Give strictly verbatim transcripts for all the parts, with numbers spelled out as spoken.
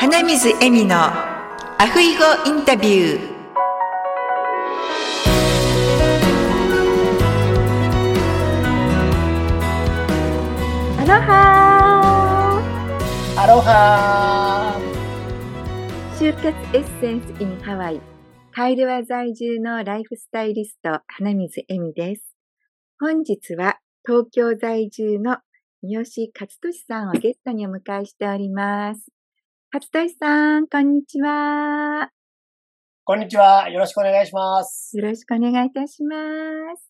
花水恵美のアフイゴインタビュー。アロハアロハ就活エッセンス in ハワイ。カイルワ在住のライフスタイリスト花水恵美です。本日は東京在住の三好勝利さんをゲストにお迎えしております。勝利さん、こんにちは。 こんにちは。よろしくお願いします。 よろしくお願いいたします。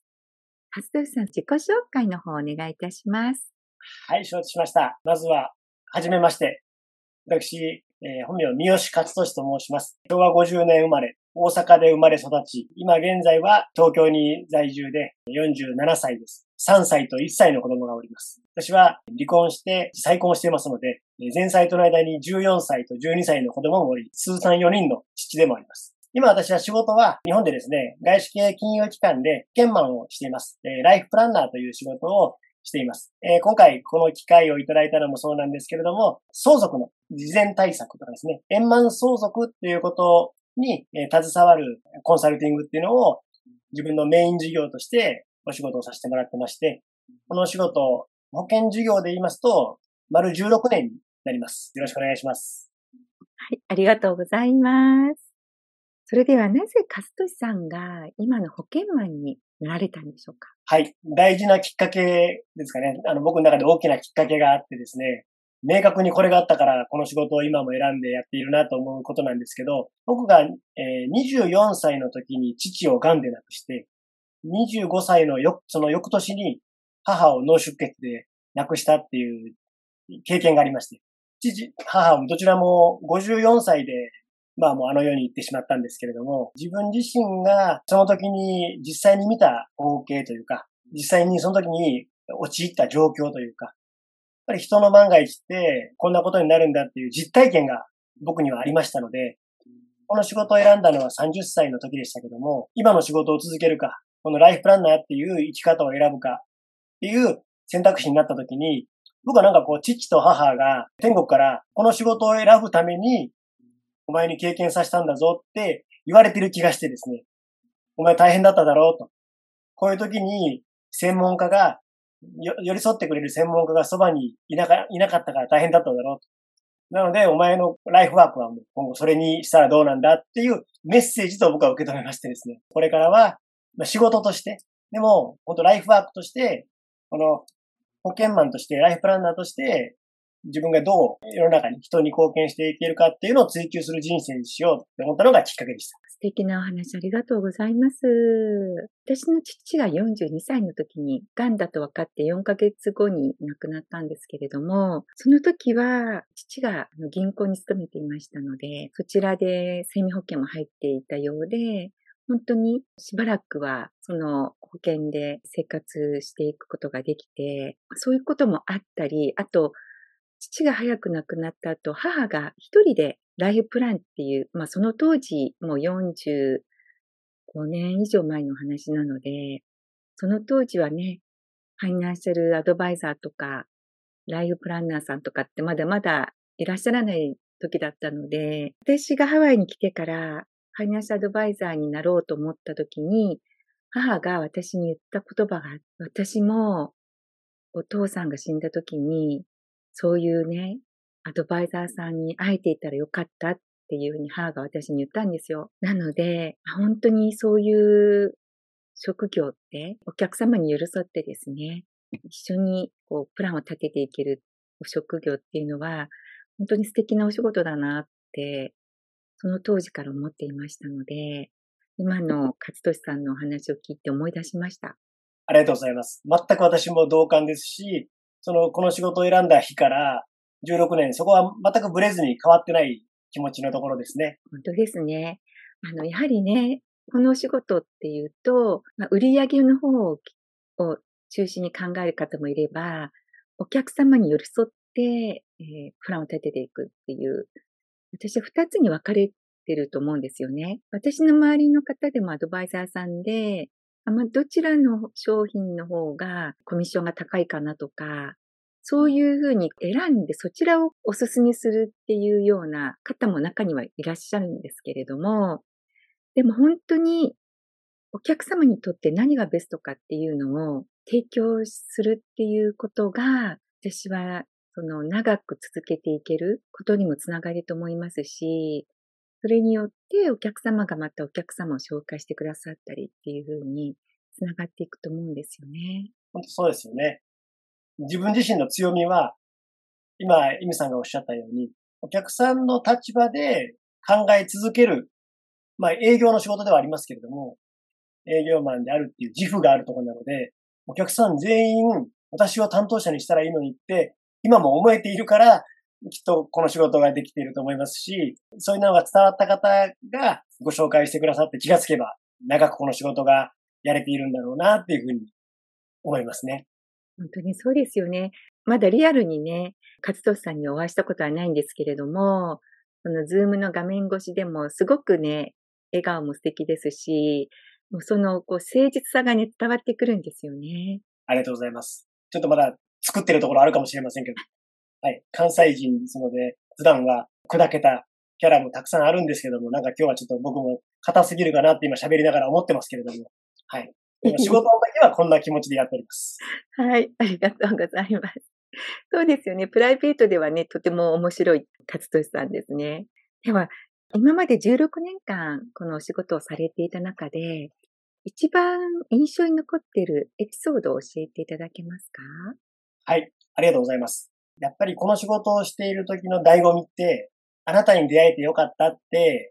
勝利さん、自己紹介の方お願いいたします。 はい、承知しました。まずは、はじめまして。私、えー、本名、三好勝利と申します。しょうわごじゅうねん生まれ、大阪で生まれ育ち、今現在は東京に在住でよんじゅうななさいです。さんさいといっさいの子供がおります。私は離婚して再婚していますので、前妻との間にじゅうよんさいとじゅうにさいの子供もおり、通算よにんの父でもあります。今私は仕事は日本でですね、外資系金融機関で保険マンをしています。ライフプランナーという仕事をしています。えー、今回この機会をいただいたのもそうなんですけれども、相続の事前対策とかですね、円満相続っていうことに、えー、携わるコンサルティングっていうのを自分のメイン事業としてお仕事をさせてもらってまして、この仕事、保険事業で言いますと、丸じゅうろくねんになります。よろしくお願いします。 はい、ありがとうございます。それではなぜ勝利さんが今の保険マンになられたんでしょうか？ はい。大事なきっかけですかね。あの、僕の中で大きなきっかけがあってですね、明確にこれがあったからこの仕事を今も選んでやっているなと思うことなんですけど、僕が、えー、にじゅうよんさいの時に父を癌で亡くして、にじゅうごさいのよ、その翌年に母を脳出血で亡くしたっていう経験がありまして、父、母もどちらもごじゅうよんさいでまあもうあの世に行ってしまったんですけれども、自分自身がその時に実際に見た光景というか、実際にその時に陥った状況というか、やっぱり人の万が一ってこんなことになるんだっていう実体験が僕にはありましたので、この仕事を選んだのはさんじゅっさいの時でしたけども、今の仕事を続けるか、このライフプランナーっていう生き方を選ぶかっていう選択肢になった時に、僕はなんかこう父と母が天国からこの仕事を選ぶためにお前に経験させたんだぞって言われてる気がしてですね。お前大変だっただろうと。こういう時に専門家が、寄り添ってくれる専門家がそばにいなか、いなかったから大変だっただろうと。なので、お前のライフワークはもう今後それにしたらどうなんだっていうメッセージと僕は受け止めましてですね。これからは仕事として、でも本当ライフワークとして、この保険マンとして、ライフプランナーとして、自分がどう世の中に人に貢献していけるかっていうのを追求する人生にしようって思ったのがきっかけでした。 素敵なお話ありがとうございます。私の父がよんじゅうにさいの時に癌だと分かってよんかげつごに亡くなったんですけれども、その時は父が銀行に勤めていましたので、そちらで生命保険も入っていたようで、本当にしばらくはその保険で生活していくことができて、そういうこともあったり、あと父が早く亡くなった後、母が一人でライフプランっていう、まあその当時もうよんじゅうごねん以上前の話なので、その当時はね、ファイナンシャルアドバイザーとか、ライフプランナーさんとかってまだまだいらっしゃらない時だったので、私がハワイに来てからファイナンシャルアドバイザーになろうと思った時に、母が私に言った言葉が、私もお父さんが死んだ時に、そういうね、アドバイザーさんに会えていたらよかったっていうふうに母が私に言ったんですよ。なので、本当にそういう職業ってお客様に寄り添ってですね、一緒にこうプランを立てていけるお職業っていうのは、本当に素敵なお仕事だなって、その当時から思っていましたので、今の勝利さんのお話を聞いて思い出しました。 ありがとうございます。全く私も同感ですし、その、この仕事を選んだ日からじゅうろくねん、そこは全くブレずに変わってない気持ちのところですね。 本当ですね。あの、やはりね、このお仕事っていうと、まあ、売り上げの方をを中心に考える方もいれば、お客様に寄り添って、えー、プランを立てていくっていう、私は二つに分かれてると思うんですよね。私の周りの方でもアドバイザーさんで、あまあ、どちらの商品の方がコミッションが高いかなとか、 そういうふうに選んでそちらをお勧めするっていうような方も中にはいらっしゃるんですけれども、でも本当にお客様にとって何がベストかっていうのを提供するっていうことが、私はその長く続けていけることにもつながると思いますし、それによってお客様がまたお客様を紹介してくださったりっていう風につながっていくと思うんですよね。 本当そうですよね。自分自身の強みは、今、イミさんがおっしゃったように、お客さんの立場で考え続ける、まあ営業の仕事ではありますけれども、営業マンであるっていう自負があるところなので、お客さん全員、私を担当者にしたらいいのにって、今も思えているから、きっとこの仕事ができていると思いますし、そういうのが伝わった方がご紹介してくださって気がつけば、長くこの仕事がやれているんだろうなっていうふうに思いますね。 本当にそうですよね。まだリアルにね、勝利さんにお会いしたことはないんですけれども、その Zoom の画面越しでもすごくね、笑顔も素敵ですし、もうそのこう誠実さがね、伝わってくるんですよね。 ありがとうございます。ちょっとまだ作ってるところあるかもしれませんけど、はい。関西人ですので、普段は砕けたキャラもたくさんあるんですけども、なんか今日はちょっと僕も硬すぎるかなって今喋りながら思ってますけれども、はい。でも仕事の時はこんな気持ちでやっております。 はい、ありがとうございます。そうですよね。プライベートではね、とても面白い勝利さんですね。では、今までじゅうろくねんかんこのお仕事をされていた中で、一番印象に残っているエピソードを教えていただけますか？ はい。ありがとうございます。やっぱりこの仕事をしている時の醍醐味って、あなたに出会えてよかったって、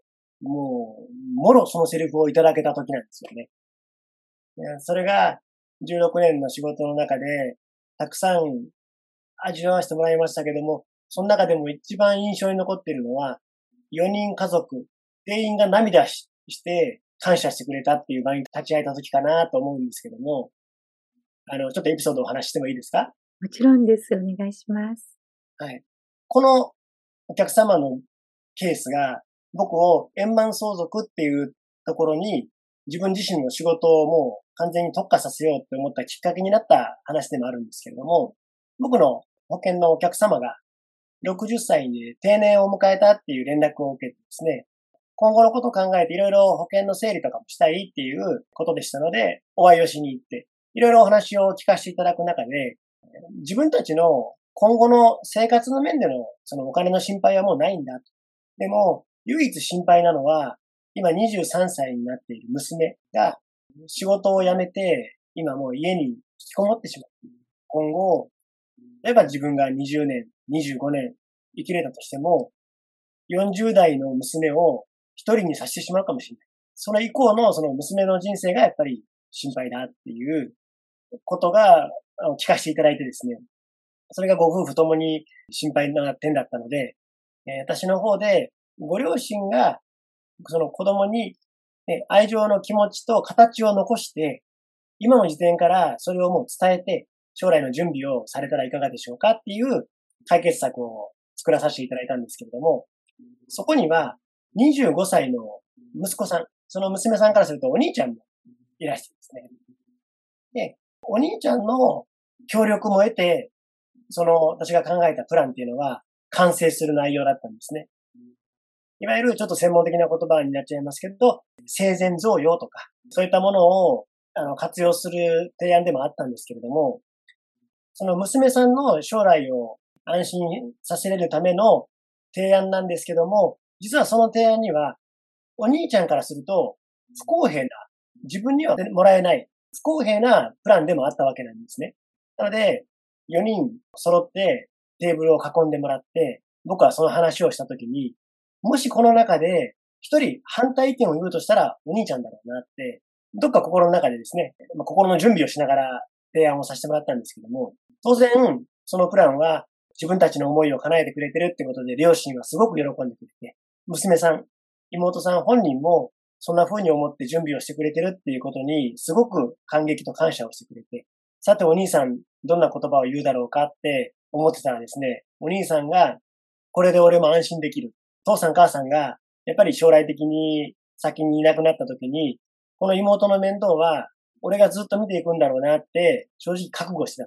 もう、もろそのセリフをいただけた時なんですよね。でそれがじゅうろくねんの仕事の中で、たくさん味わわせてもらいましたけども、その中でも一番印象に残っているのは、よにん家族、全員が涙しして感謝してくれたっていう場に立ち会えた時かなと思うんですけども、あの、ちょっとエピソードをお話ししてもいいですか？ もちろんです。お願いします。 はい。このお客様のケースが、僕を円満相続っていうところに、自分自身の仕事をもう完全に特化させようって思ったきっかけになった話でもあるんですけれども、僕の保険のお客様がろくじゅっさいで定年を迎えたっていう連絡を受けてですね、今後のことを考えていろいろ保険の整理とかもしたいっていうことでしたので、お会いをしに行って、いろいろお話を聞かせていただく中で、自分たちの今後の生活の面でのそのお金の心配はもうないんだと。でも、唯一心配なのは、今にじゅうさんさいになっている娘が仕事を辞めて、今もう家に引きこもってしまう。今後、例えば自分がにじゅうねん、にじゅうごねん生きれたとしても、よんじゅう代の娘を一人にさせてしまうかもしれない。それ以降のその娘の人生がやっぱり心配だっていうことがあの聞かせていただいてですね、それがご夫婦ともに心配な点だったので、えー私の方でご両親がその子供に、ね、愛情の気持ちと形を残して、今の時点からそれをもう伝えて、将来の準備をされたらいかがでしょうかっていう解決策を作らさせていただいたんですけれども、そこにはにじゅうごさいの息子さん、その娘さんからするとお兄ちゃんもいらしてですね。で、お兄ちゃんの協力も得て、その私が考えたプランっていうのは完成する内容だったんですね。いわゆるちょっと専門的な言葉になっちゃいますけど、生前贈与とか、そういったものをあの活用する提案でもあったんですけれども、その娘さんの将来を安心させれるための提案なんですけども、実はその提案には、お兄ちゃんからすると不公平な、自分にはもらえない不公平なプランでもあったわけなんですね。なので、よにん揃ってテーブルを囲んでもらって、僕はその話をしたときに、もしこの中で一人反対意見を言うとしたらお兄ちゃんだろうなって、どっか心の中でですね、まあ、心の準備をしながら提案をさせてもらったんですけども、当然、そのプランは自分たちの思いを叶えてくれてるってことで、両親はすごく喜んでくれて、娘さん、妹さん本人もそんな風に思って準備をしてくれてるっていうことに、すごく感激と感謝をしてくれて、さてお兄さん、どんな言葉を言うだろうかって思ってたらですね、お兄さんが、これで俺も安心できる。父さん母さんが、やっぱり将来的に先にいなくなった時に、この妹の面倒は、俺がずっと見ていくんだろうなって、正直覚悟してた。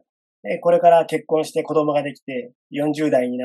で、これから結婚して子供ができて、よんじゅう代になって、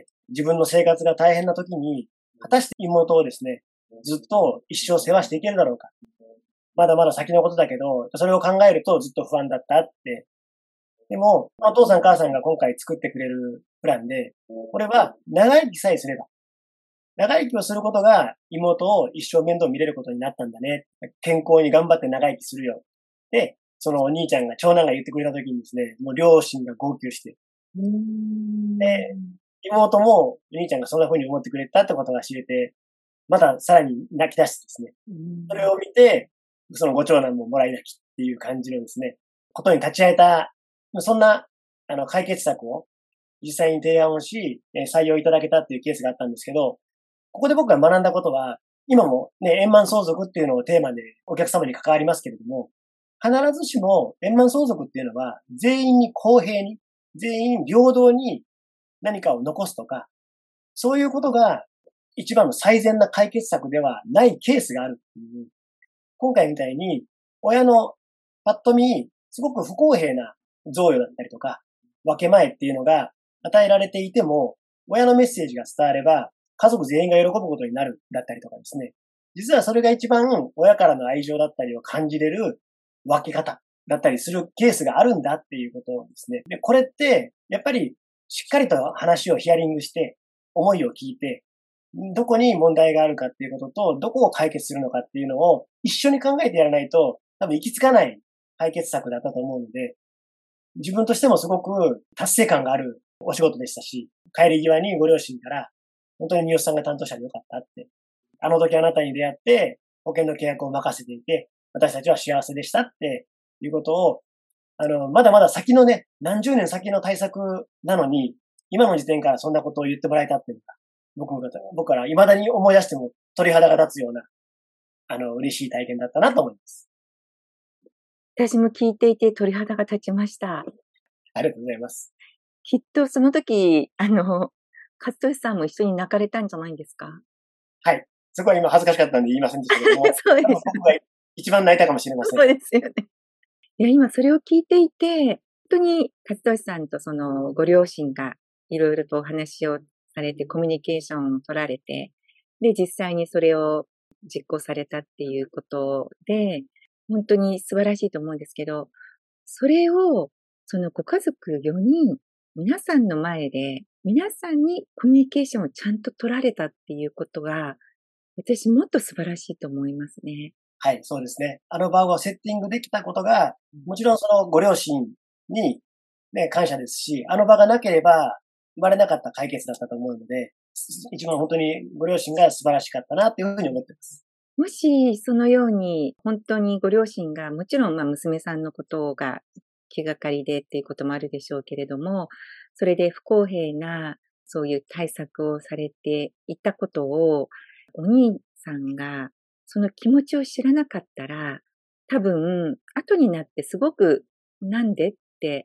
自分の生活が大変な時に、果たして妹をですね、ずっと一生世話していけるだろうか。まだまだ先のことだけど、それを考えるとずっと不安だったって。でも、お父さん母さんが今回作ってくれるプランで、これは長生きさえすれば、長生きをすることが妹を一生面倒見れることになったんだね。健康に頑張って長生きするよ。で、そのお兄ちゃんが、長男が言ってくれた時にですね、もう両親が号泣して、 うーん。 で、妹もお兄ちゃんがそんな風に思ってくれたってことが知れて、またさらに泣き出してですね、 うーん。 それを見て、そのご長男ももらい泣きっていう感じのですね、ことに立ち会えた、そんな、あの、解決策を実際に提案をし、えー採用いただけたっていうケースがあったんですけど、ここで僕が学んだことは、今もね、円満相続っていうのをテーマでお客様に関わりますけれども、必ずしも円満相続っていうのは、全員に公平に、全員平等に何かを残すとか、そういうことが一番の最善な解決策ではないケースがあるっていう。今回みたいに、親のパッと見、すごく不公平な贈与だったりとか、分け前っていうのが与えられていても、親のメッセージが伝われば、家族全員が喜ぶことになるだったりとかですね。実はそれが一番親からの愛情だったりを感じれる分け方だったりするケースがあるんだっていうことですね。で、これって、やっぱりしっかりと話をヒアリングして、思いを聞いて、どこに問題があるかっていうことと、どこを解決するのかっていうのを一緒に考えてやらないと、多分行き着かない解決策だったと思うので、自分としてもすごく達成感があるお仕事でしたし、帰り際にご両親から、本当に三好さんが担当者でよかったって、あの時あなたに出会って、保険の契約を任せていて、私たちは幸せでしたっていうことを、あの、まだまだ先のね、何十年先の対策なのに、今の時点からそんなことを言ってもらえたっていうのが、僕も、僕から未だに思い出しても鳥肌が立つような、あの、嬉しい体験だったなと思います。 私も聞いていて鳥肌が立ちました。 ありがとうございます。 きっとその時、あの、勝利さんも一緒に泣かれたんじゃないんですか？ はい。そこは今恥ずかしかったんで言いませんでしたけども、 そうです。 多分僕が一番泣いたかもしれません。 そうですよね。いや、今それを聞いていて、本当に勝利さんとそのご両親がいろいろとお話をされて、コミュニケーションを取られて、で、実際にそれを実行されたっていうことで、本当に素晴らしいと思うんですけど、それを、そのご家族よにん、皆さんの前で、皆さんにコミュニケーションをちゃんと取られたっていうことが、私もっと素晴らしいと思いますね。 はい、そうですね。あの場をセッティングできたことが、もちろんそのご両親に、ね、感謝ですし、あの場がなければ生まれなかった解決だったと思うので、一番本当にご両親が素晴らしかったなっていうふうに思っています。 もし、そのように、本当にご両親が、もちろん、まあ、娘さんのことが気がかりでっていうこともあるでしょうけれども、それで不公平な、そういう対策をされていたことを、お兄さんが、その気持ちを知らなかったら、多分、後になってすごく、なんでって、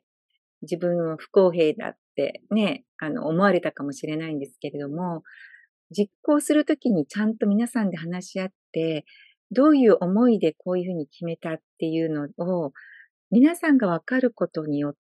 自分は不公平だってね、あの、思われたかもしれないんですけれども、実行するときにちゃんと皆さんで話し合って、どういう思いでこういうふうに決めたっていうのを、皆さんがわかることによって、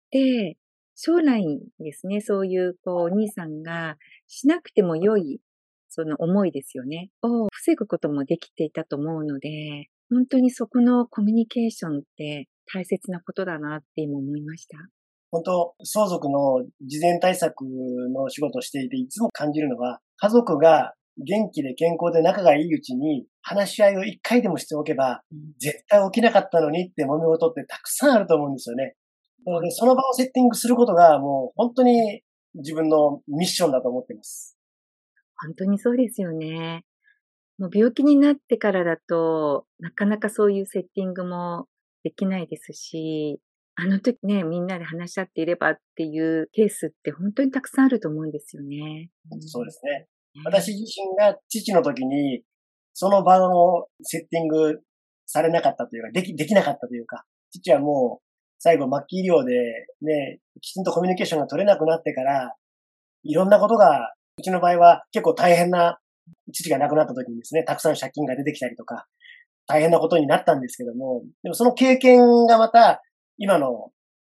将来にですね、そういう、こう、お兄さんがしなくても良い、その思いですよね、を防ぐこともできていたと思うので、本当にそこのコミュニケーションって大切なことだなって今思いました。 本当、相続の事前対策の仕事をしていていつも感じるのは、家族が元気で健康で仲がいいうちに話し合いを一回でもしておけば、 うん、 絶対起きなかったのにって揉め事ってたくさんあると思うんですよね。なので、その場をセッティングすることがもう本当に自分のミッションだと思っています。 本当にそうですよね。もう病気になってからだと、なかなかそういうセッティングもできないですし、あの時ね、みんなで話し合っていればっていうケースって本当にたくさんあると思うんですよね。うん。 そうですね。 ね。 私自身が父の時に、その場をセッティングされなかったというか、でき、できなかったというか、父はもう最後末期医療でね、きちんとコミュニケーションが取れなくなってから、いろんなことが、うちの場合は結構大変な、父が亡くなった時にですね、たくさん借金が出てきたりとか、大変なことになったんですけども、でもその経験がまた、今の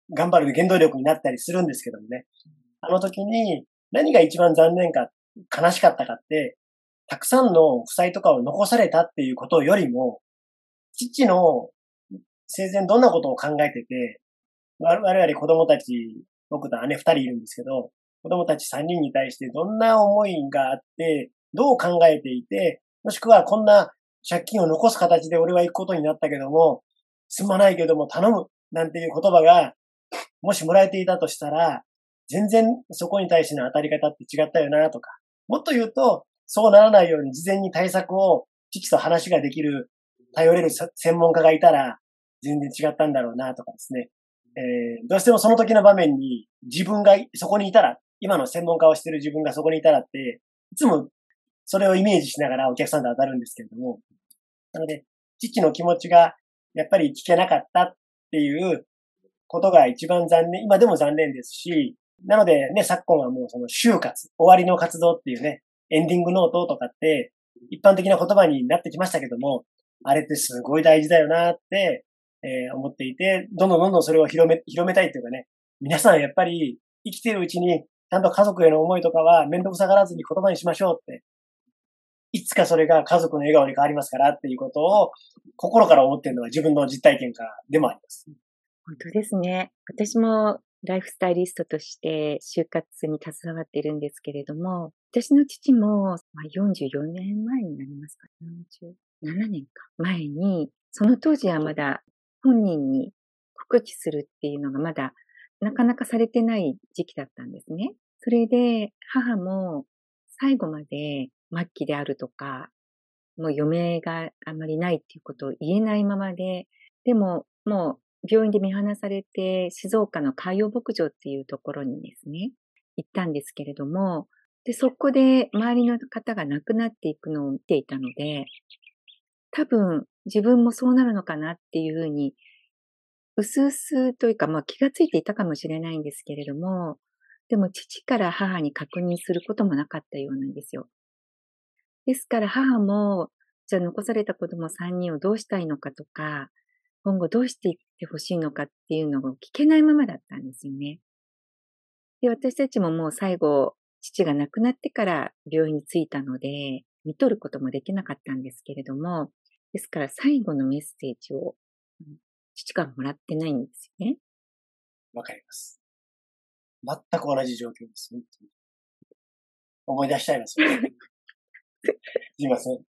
頑張る原動力になったりするんですけどもね。あの時に何が一番残念か、悲しかったかって、たくさんの負債とかを残されたっていうことよりも、父の生前どんなことを考えてて、我々子供たち、僕と姉二人いるんですけど、子供たち三人に対してどんな思いがあって、どう考えていて、もしくはこんな借金を残す形で俺は行くことになったけども、すまないけども頼むなんていう言葉が、もしもらえていたとしたら、全然そこに対しての当たり方って違ったよなとか、もっと言うと、そうならないように事前に対策を父と話ができる、頼れる専門家がいたら、全然違ったんだろうなとかですね。えー、どうしてもその時の場面に自分がそこにいたら、今の専門家をしている自分がそこにいたらって、いつもそれをイメージしながらお客さんと当たるんですけれども、なので、父の気持ちがやっぱり聞けなかったっていうことが一番残念、今でも残念ですし、なのでね、昨今はもうその就活、終わりの活動っていうね、エンディングノートとかって一般的な言葉になってきましたけども、あれってすごい大事だよなって、えー、思っていて、どんどんどんどんそれを広め、広めたいっていうかね、皆さんやっぱり生きてるうちにちゃんと家族への思いとかは面倒くさがらずに言葉にしましょうって、いつかそれが家族の笑顔に変わりますからっていうことを心から思っているのは自分の実体験からでもあります。 本当ですね。私もライフスタイリストとして就活に携わっているんですけれども、私の父も、まあ、よんじゅうよねんまえになりますか、よんじゅうななねんか前に、その当時はまだ本人に告知するっていうのがまだなかなかされてない時期だったんですね。それで母も最後まで末期であるとか、もう余命があまりないっていうことを言えないままで、でももう病院で見放されて、静岡の海洋牧場っていうところにですね、行ったんですけれども、で、そこで周りの方が亡くなっていくのを見ていたので、多分自分もそうなるのかなっていうふうに、うすうすというか、まあ気がついていたかもしれないんですけれども、でも父から母に確認することもなかったようなんですよ。ですから母も、じゃあ残された子供さんにんをどうしたいのかとか、今後どうしていってほしいのかっていうのを聞けないままだったんですよね。で、私たちももう最後、父が亡くなってから病院に着いたので、見とることもできなかったんですけれども、ですから最後のメッセージを、うん父からもらってないんですよね。 わかります。全く同じ状況です。本当に思い出しちゃいますよね。すいません。 だ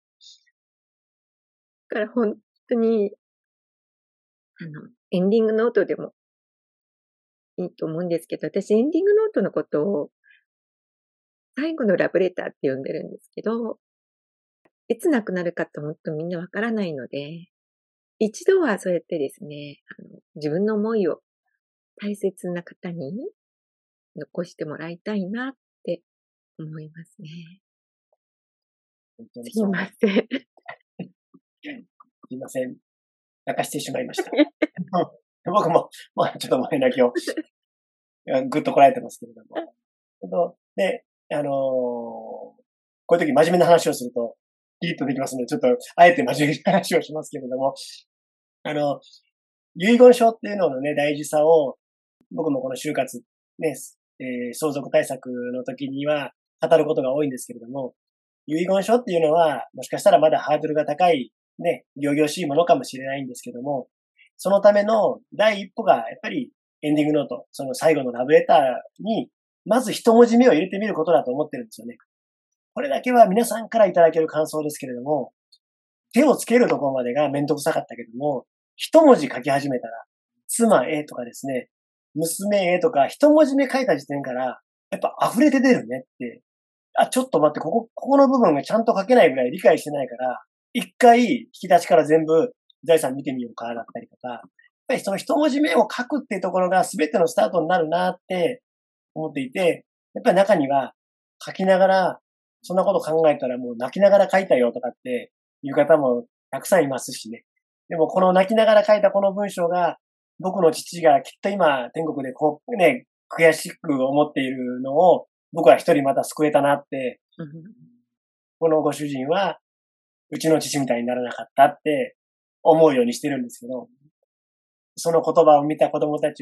から本当に、あの、エンディングノートでもいいと思うんですけど、私エンディングノートのことを最後のラブレターって呼んでるんですけど、いつ亡くなるかって本当みんなわからないので、一度はそうやってですね、あの、自分の思いを大切な方に残してもらいたいなって思いますね。 本当にすいそう。 ません。 すいません。泣かしてしまいました。僕も、まあ、ちょっと前泣きをぐっとこらえてますけれども。で、あのー、こういう時真面目な話をすると、ピリッとできますので、ちょっと、あえて真面目な話をしますけれども、あの、遺言書っていうののね、大事さを、僕もこの就活、ね、えー、相続対策の時には語ることが多いんですけれども、遺言書っていうのは、もしかしたらまだハードルが高い、ね、仰々しいものかもしれないんですけども、そのための第一歩が、やっぱりエンディングノート、その最後のラブレターに、まず一文字目を入れてみることだと思ってるんですよね。これだけは皆さんからいただける感想ですけれども、手をつけるところまでがめんどくさかったけども、一文字書き始めたら、妻へとかですね、娘へとか一文字目書いた時点から、やっぱ溢れて出るねって、あ、ちょっと待って、ここ、ここの部分がちゃんと書けないぐらい理解してないから、一回引き出しから全部財産見てみようかだったりとか、やっぱりその一文字目を書くっていうところが全てのスタートになるなって思っていて、やっぱり中には書きながら、そんなこと考えたらもう泣きながら書いたよとかっていう方もたくさんいますしね。でもこの泣きながら書いたこの文章が、僕の父がきっと今天国でこうね、悔しく思っているのを僕は一人また救えたなって、このご主人はうちの父みたいにならなかったって思うようにしてるんですけど、その言葉を見た子供たちは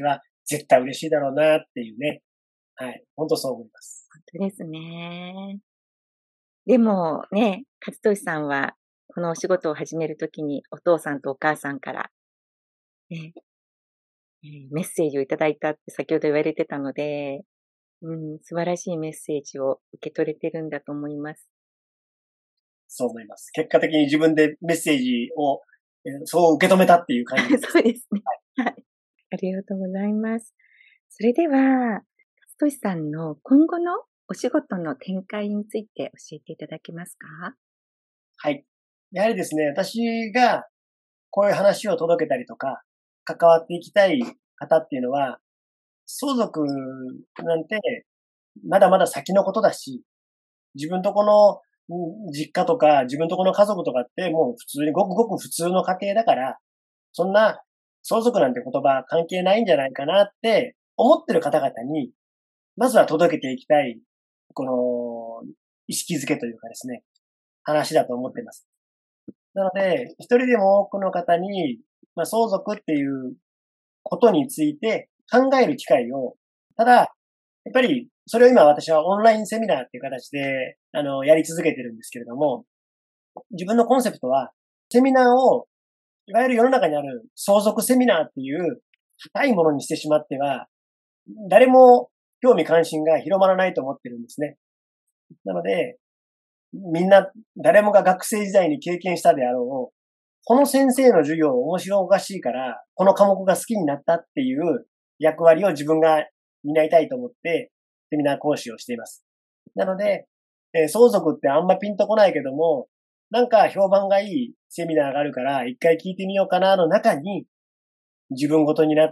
絶対嬉しいだろうなっていうね。はい。本当そう思います。 本当ですね。でもね、勝利さんはこのお仕事を始めるときにお父さんとお母さんから、ね、えーメッセージをいただいたって先ほど言われてたので、うん、素晴らしいメッセージを受け取れてるんだと思います。 そう思います。結果的に自分でメッセージを、えーそう受け止めたっていう感じです。 そうですね。はい。ありがとうございます。それでは、勝利さんの今後のお仕事の展開について教えていただけますか？ はい。やはりですね、私がこういう話を届けたりとか、関わっていきたい方っていうのは、相続なんてまだまだ先のことだし、自分とこのうん実家とか自分とこの家族とかってもう普通にごくごく普通の家庭だから、そんな相続なんて言葉関係ないんじゃないかなって思ってる方々に、まずは届けていきたい、この意識づけというかですね、話だと思っています。なので、一人でも多くの方に、まあ、相続っていうことについて考える機会を、ただ、やっぱり、それを今私はオンラインセミナーっていう形で、あの、やり続けてるんですけれども、自分のコンセプトは、セミナーを、いわゆる世の中にある相続セミナーっていう高いものにしてしまっては、誰も興味関心が広まらないと思ってるんですね。なので、みんな、誰もが学生時代に経験したであろう、この先生の授業面白おかしいから、この科目が好きになったっていう役割を自分が担いたいと思って、セミナー講師をしています。なので、えー相続ってあんまピンとこないけども、なんか評判がいいセミナーがあるから、一回聞いてみようかなの中に、自分ごとになって、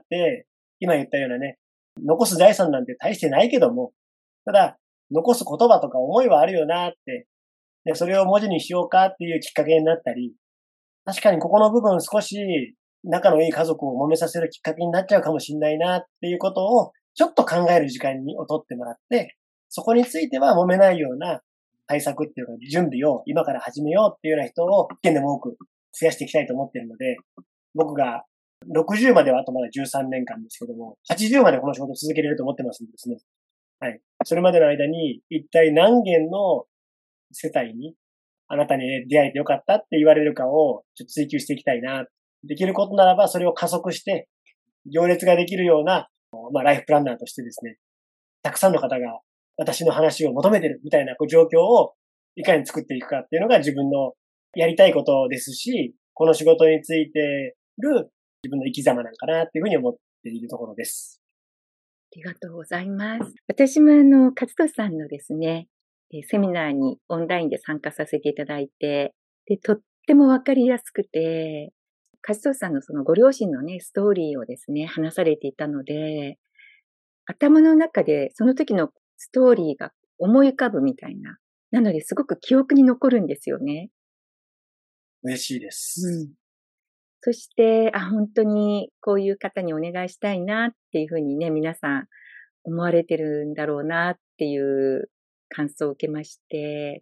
今言ったようなね、残す財産なんて大してないけども、ただ、残す言葉とか思いはあるよなって、で、それを文字にしようかっていうきっかけになったり、確かにここの部分少し仲のいい家族を揉めさせるきっかけになっちゃうかもしれないなっていうことをちょっと考える時間にを取ってもらって、そこについては揉めないような対策っていうか準備を今から始めようっていうような人を一件でも多く増やしていきたいと思っているので、僕がろくじゅうまではあとまだじゅうさんねんかんですけども、はちじゅうまでこの仕事を続けれると思ってますんでですね。はい。それまでの間に一体何件の世帯にあなたに出会えてよかったって言われるかをちょっと追求していきたいな。できることならばそれを加速して行列ができるような、まあ、ライフプランナーとしてですね、たくさんの方が私の話を求めてるみたいなこう状況をいかに作っていくかっていうのが自分のやりたいことですし、この仕事についてる自分の生き様なんかなっていうふうに思っているところです。 ありがとうございます。私もあの、勝利さんのですね、えセミナーにオンラインで参加させていただいて、で、とってもわかりやすくて、勝利さんのそのご両親のね、ストーリーをですね、話されていたので、頭の中でその時のストーリーが思い浮かぶみたいな。なのですごく記憶に残るんですよね。 嬉しいでうす。 ん。そして、あ、本当にこういう方にお願いしたいなっていうふうにね、皆さん思われてるんだろうなっていう感想を受けまして、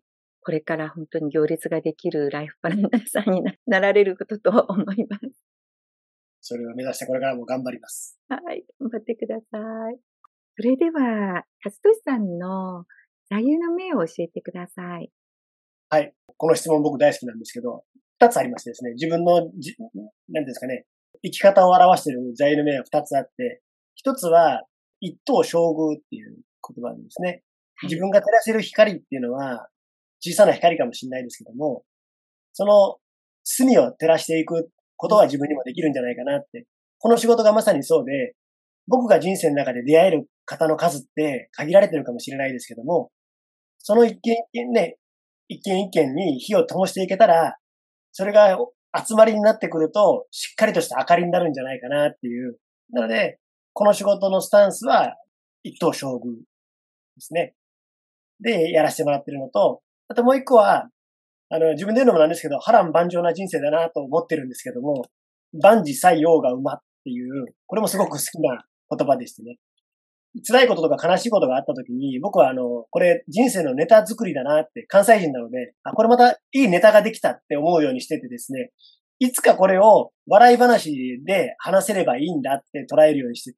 これから本当に行列ができるライフパランナーさんにななられることと思います。 それを目指してこれからも頑張ります。 はい、頑張ってください。それでは、勝利さんの座右の銘を教えてください。 はい。この質問僕大好きなんですけど、二つありましてですね、自分のじ、なんていうんですかね、生き方を表している座右の銘が二つあって、一つは、一等将軍っていう言葉なんですね。 はい。 自分が照らせる光っていうのは、小さな光かもしれないですけども、その隅を照らしていくことは自分にもできるんじゃないかなって。この仕事がまさにそうで、僕が人生の中で出会える方の数って限られてるかもしれないですけども、その一件一件ね、一件一件に火を灯していけたら、それが集まりになってくると、しっかりとした明かりになるんじゃないかなっていう。なので、この仕事のスタンスは一等将軍ですね。で、やらせてもらってるのと、あともう一個は、あの、自分で言うのもなんですけど、波乱万丈な人生だなと思ってるんですけども、万事採用が馬っていう、これもすごく好きな言葉でしてね。辛いこととか悲しいことがあった時に、僕はあの、これ人生のネタ作りだなって、関西人なので、あ、これまたいいネタができたって思うようにしててですね、いつかこれを笑い話で話せればいいんだって捉えるようにしてて、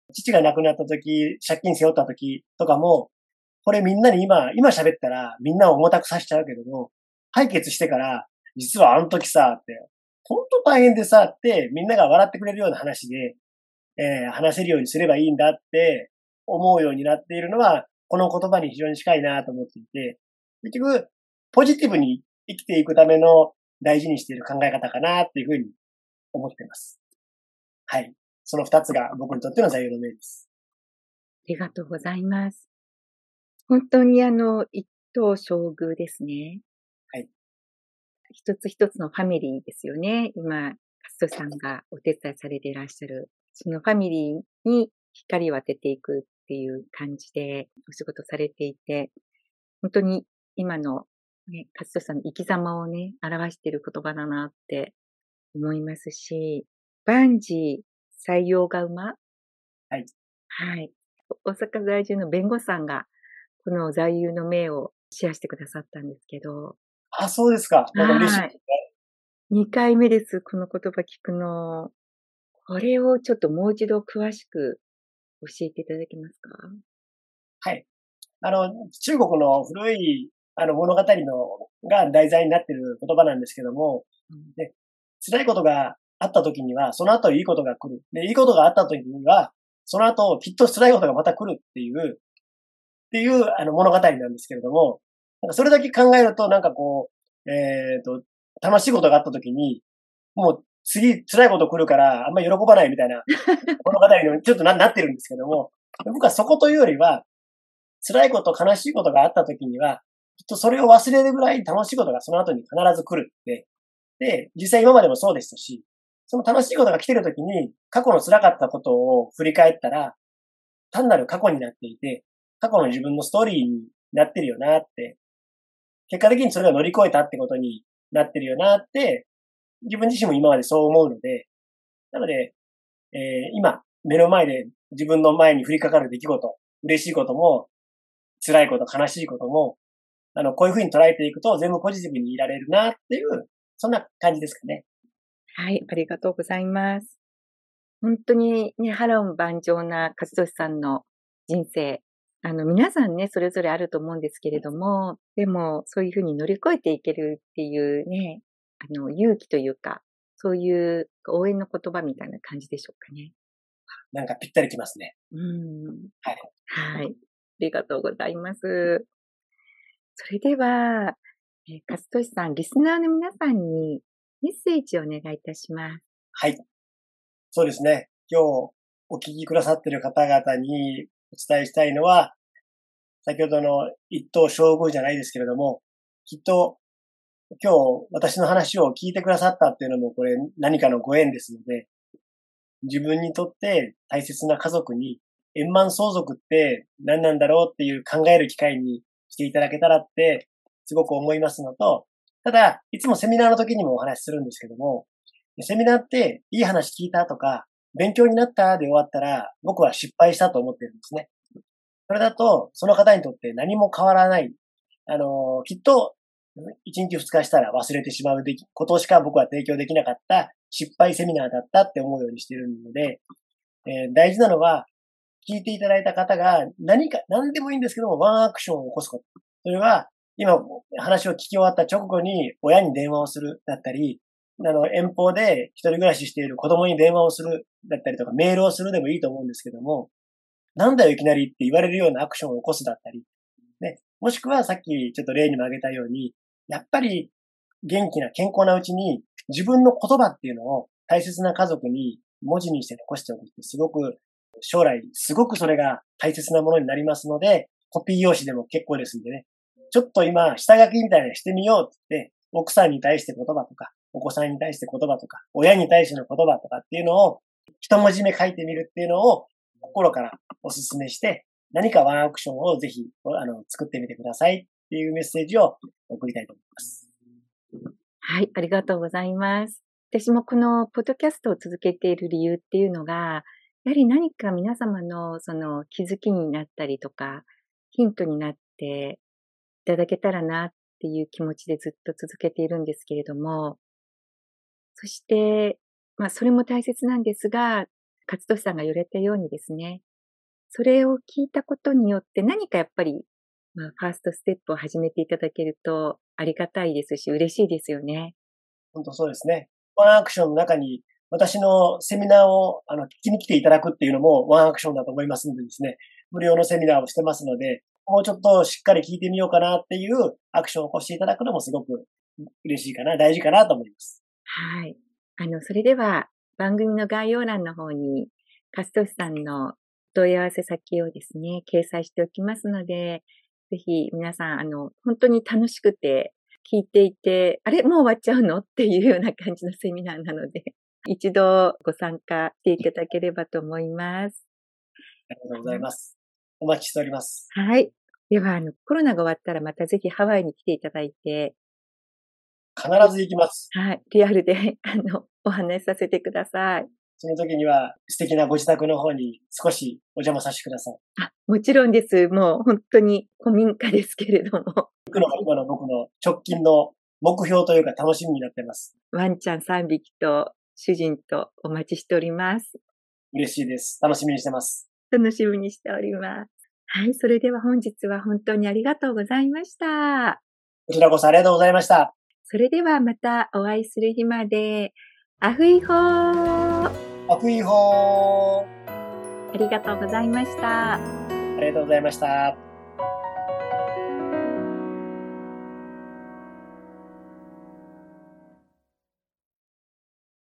父が亡くなった時、借金背負った時とかも、これみんなに今、今喋ったらみんなを重たくさせちゃうけども、解決してから、実はあの時さ、って、本当大変でさ、ってみんなが笑ってくれるような話で、えー話せるようにすればいいんだって思うようになっているのは、この言葉に非常に近いなと思っていて、結局、ポジティブに生きていくための大事にしている考え方かなっていうふうに思っています。はい。その二つが僕にとっての座右の銘です。 ありがとうございます。本当にあの、一等将軍ですね。 はい。 一つ一つのファミリーですよね。今、勝人さんがお手伝いされていらっしゃる。そのファミリーに光を当てていくっていう感じでお仕事されていて、本当に今のね、勝人さんの生き様をね、表している言葉だなって思いますし、万事採用が馬。 はい。 はい。大阪在住の弁護士さんが、この座右の銘をシェアしてくださったんですけど、 あ、そうですか。なんか嬉しいはい。 ですね。 にかいめです、この言葉聞くの。これをちょっともう一度詳しく教えていただけますか？ はい。あの、中国の古い、あの、物語の、が題材になっている言葉なんですけども、 うん。 で、辛いことがあった時には、その後いいことが来る。で、いいことがあった時には、その後きっと辛いことがまた来るっていう、っていう、あの、物語なんですけれども、なんかそれだけ考えると、なんかこう、えっと、楽しいことがあった時に、もう次辛いこと来るからあんまり喜ばないみたいな物語にちょっとななってるんですけども、僕はそこというよりは、辛いこと、悲しいことがあった時には、きっとそれを忘れるぐらい楽しいことがその後に必ず来るって。で、実際今までもそうでしたし、その楽しいことが来てる時に、過去の辛かったことを振り返ったら、単なる過去になっていて、過去の自分のストーリーになってるよなって、結果的にそれが乗り越えたってことになってるよなって、自分自身も今までそう思うので、なので、えー今、目の前で自分の前に降りかかる出来事、嬉しいことも、辛いこと、悲しいことも、あの、こういうふうに捉えていくと全部ポジティブにいられるなっていう、そんな感じですかね。 はい、ありがとうございます。本当にね、波乱万丈な勝利さんの人生、あの、皆さんね、それぞれあると思うんですけれども、でも、そういうふうに乗り越えていけるっていうね、あの、勇気というか、そういう応援の言葉みたいな感じでしょうかね。 なんかぴったりきますね。 うん。 はい。 はい。ありがとうございます。それでは、えー、勝利さん、リスナーの皆さんにメッセージをお願いいたします。 はい。そうですね。今日お聞きくださっている方々にお伝えしたいのは、先ほどの一等将軍じゃないですけれども、きっと今日私の話を聞いてくださったっていうのもこれ何かのご縁ですので、自分にとって大切な家族に円満相続って何なんだろうっていう考える機会にしていただけたらってすごく思いますのと、ただ、いつもセミナーの時にもお話しするんですけども、セミナーっていい話聞いたとか、勉強になったで終わったら僕は失敗したと思ってるんですね。それだと、その方にとって何も変わらない。あの、きっと、一日二日したら忘れてしまうべきことしか僕は提供できなかった失敗セミナーだったって思うようにしているので、えー大事なのは、聞いていただいた方が何か、何でもいいんですけども、ワンアクションを起こすこと。それは、今、話を聞き終わった直後に親に電話をするだったり、あの、遠方で一人暮らししている子供に電話をするだったりとか、メールをするでもいいと思うんですけども、なんだよいきなりって言われるようなアクションを起こすだったり、ね、もしくはさっきちょっと例にも挙げたように、やっぱり元気な健康なうちに自分の言葉っていうのを大切な家族に文字にして残しておくってすごく将来すごくそれが大切なものになりますので、コピー用紙でも結構ですんでね、ちょっと今下書きみたいなのしてみようって言って、奥さんに対して言葉とか、お子さんに対して言葉とか、親に対しての言葉とかっていうのを一文字目書いてみるっていうのを心からお勧めして、何かワンアクションをぜひ、あの、作ってみてくださいっていうメッセージを送りたいと思います。 はい、ありがとうございます。私もこのポッドキャストを続けている理由っていうのが、やはり何か皆様のその気づきになったりとか、ヒントになっていただけたらなっていう気持ちでずっと続けているんですけれども、そして、まあそれも大切なんですが、 勝利さんが言われたようにですね、それを聞いたことによって何かやっぱり、まあ、ファーストステップを始めていただけるとありがたいですし、嬉しいですよね。 本当そうですね。ワンアクションの中に私のセミナーをあの聞きに来ていただくっていうのもワンアクションだと思いますのでですね、無料のセミナーをしてますので、もうちょっとしっかり聞いてみようかなっていうアクションを起こしていただくのもすごく嬉しいかな、大事かなと思います。 はい。あの、それでは番組の概要欄の方に、勝利さんの問い合わせ先をですね、掲載しておきますので、ぜひ皆さん、あの、本当に楽しくて聞いていて、あれもう終わっちゃうのっていうような感じのセミナーなので、一度ご参加していただければと思います。 ありがとうございます。お待ちしております。 はい。では、あの、コロナが終わったらまたぜひハワイに来ていただいて、 必ず行きます。 はい。リアルで、あの、お話しさせてください。 その時には素敵なご自宅の方に少しお邪魔させてください。 あ、もちろんです。もう本当に古民家ですけれども。 行くのが今の僕の直近の目標というか楽しみになっています。 ワンちゃんさんびきと主人とお待ちしております。 嬉しいです。楽しみにしてます。 楽しみにしております。はい。それでは本日は本当にありがとうございました。 こちらこそありがとうございました。 それではまたお会いする日まで。アフイホー。 アフイホー。 ありがとうございました。 ありがとうございました。